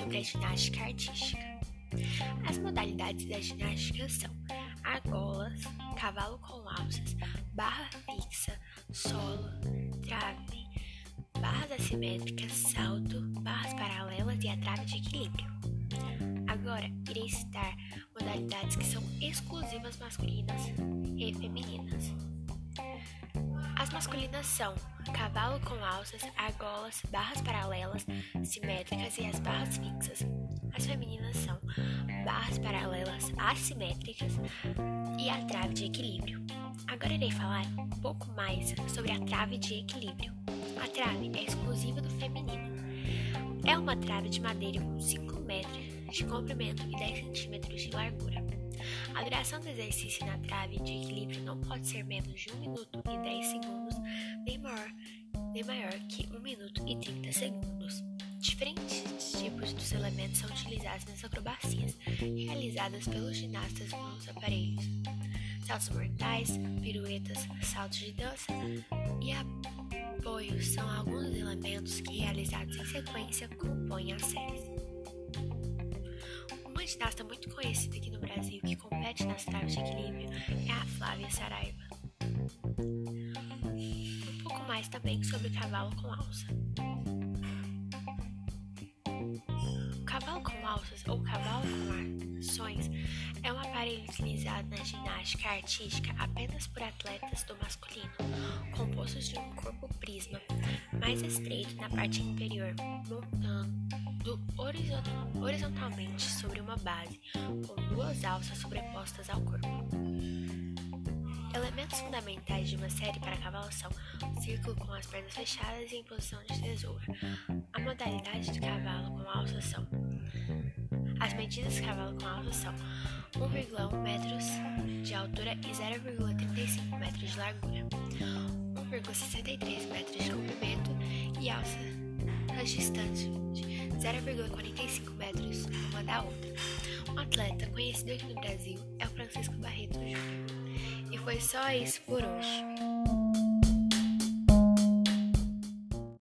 sobre a ginástica artística. As modalidades da ginástica são argolas, cavalo com alças, barra fixa, solo, trave, barras assimétricas, salto, barras paralelas e a trave de equilíbrio. Agora, irei citar modalidades que são exclusivas masculinas e femininas. As masculinas são cavalo com alças, argolas, barras paralelas, simétricas e as barras fixas. As femininas são barras paralelas, assimétricas e a trave de equilíbrio. Agora irei falar um pouco mais sobre a trave de equilíbrio. A trave é exclusiva do feminino. É uma trave de madeira com 5 metros de comprimento e 10 centímetros de largura. A duração do exercício na trave de equilíbrio não pode ser menos de 1 minuto e 10 segundos, nem maior que 1 minuto e 30 segundos. Diferentes tipos dos elementos são utilizados nas acrobacias, realizadas pelos ginastas nos aparelhos. Saltos mortais, piruetas, saltos de dança e apoios são alguns elementos que, realizados em sequência, compõem as séries. Uma ginasta muito conhecida aqui no Brasil que compete nas traves de equilíbrio é a Flávia Saraiva. Um pouco mais também sobre o cavalo com alça. O cavalo com alças ou cavalo com ações é um aparelho utilizado na ginástica artística apenas por atletas do masculino, composto de um corpo prisma mais estreito na parte inferior, montando horizontalmente sobre uma base, com 2 alças sobrepostas ao corpo. Elementos fundamentais de uma série para cavalo são o círculo com as pernas fechadas e em posição de tesoura. A modalidade de cavalo com alça são: as medidas de cavalo com alça são 1,1 metros de altura e 0,35 metros de largura, 1,63 metros de comprimento e alças distantes de 0,45 metros uma da outra. Um atleta conhecido aqui no Brasil é o Francisco Barreto Júnior. E foi só isso por hoje.